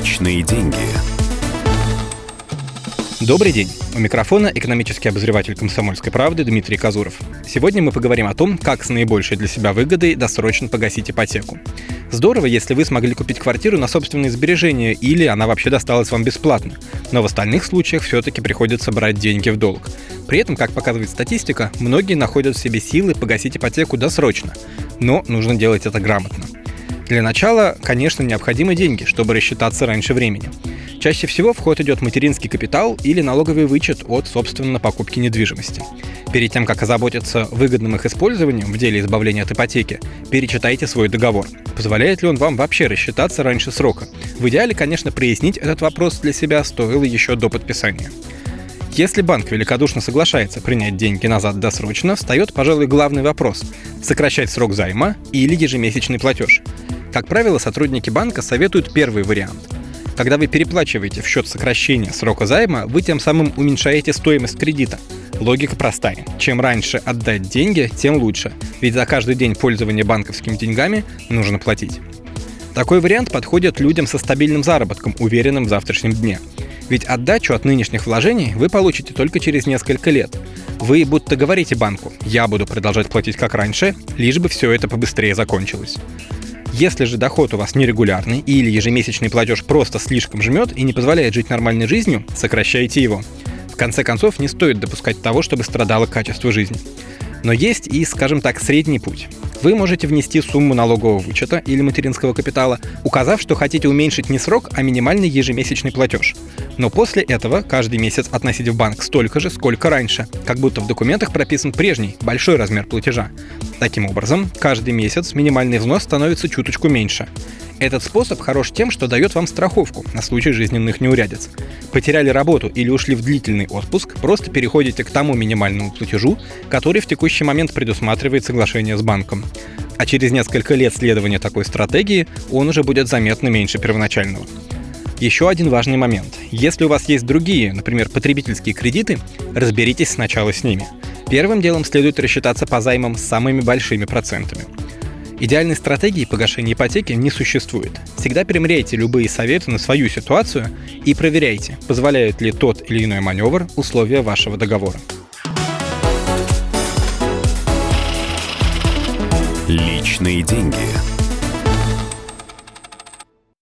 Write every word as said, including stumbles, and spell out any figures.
Личные деньги. Добрый день. У микрофона экономический обозреватель «Комсомольской правды» Дмитрий Казуров. Сегодня мы поговорим о том, как с наибольшей для себя выгодой досрочно погасить ипотеку. Здорово, если вы смогли купить квартиру на собственные сбережения или она вообще досталась вам бесплатно. Но в остальных случаях все-таки приходится брать деньги в долг. При этом, как показывает статистика, многие находят в себе силы погасить ипотеку досрочно. Но нужно делать это грамотно. Для начала, конечно, необходимы деньги, чтобы рассчитаться раньше времени. Чаще всего в ход идет материнский капитал или налоговый вычет от, собственно, покупки недвижимости. Перед тем, как озаботиться выгодным их использованием в деле избавления от ипотеки, перечитайте свой договор. Позволяет ли он вам вообще рассчитаться раньше срока? В идеале, конечно, прояснить этот вопрос для себя стоило еще до подписания. Если банк великодушно соглашается принять деньги назад досрочно, встает, пожалуй, главный вопрос – сокращать срок займа или ежемесячный платеж. Как правило, сотрудники банка советуют первый вариант. Когда вы переплачиваете в счет сокращения срока займа, вы тем самым уменьшаете стоимость кредита. Логика простая. Чем раньше отдать деньги, тем лучше. Ведь за каждый день пользования банковскими деньгами нужно платить. Такой вариант подходит людям со стабильным заработком, уверенным в завтрашнем дне. Ведь отдачу от нынешних вложений вы получите только через несколько лет. Вы будто говорите банку: «Я буду продолжать платить как раньше, лишь бы все это побыстрее закончилось». Если же доход у вас нерегулярный или ежемесячный платеж просто слишком жмет и не позволяет жить нормальной жизнью, сокращайте его. В конце концов, не стоит допускать того, чтобы страдало качество жизни. Но есть и, скажем так, средний путь. Вы можете внести сумму налогового вычета или материнского капитала, указав, что хотите уменьшить не срок, а минимальный ежемесячный платеж. Но после этого каждый месяц относить в банк столько же, сколько раньше, как будто в документах прописан прежний, большой размер платежа. Таким образом, каждый месяц минимальный взнос становится чуточку меньше. Этот способ хорош тем, что дает вам страховку на случай жизненных неурядиц. Потеряли работу или ушли в длительный отпуск, просто переходите к тому минимальному платежу, который в текущий момент предусматривает соглашение с банком. А через несколько лет следования такой стратегии он уже будет заметно меньше первоначального. Еще один важный момент. Если у вас есть другие, например, потребительские кредиты, разберитесь сначала с ними. Первым делом следует рассчитаться по займам с самыми большими процентами. Идеальной стратегии погашения ипотеки не существует. Всегда примеряйте любые советы на свою ситуацию и проверяйте, позволяет ли тот или иной маневр условия вашего договора. Личные деньги.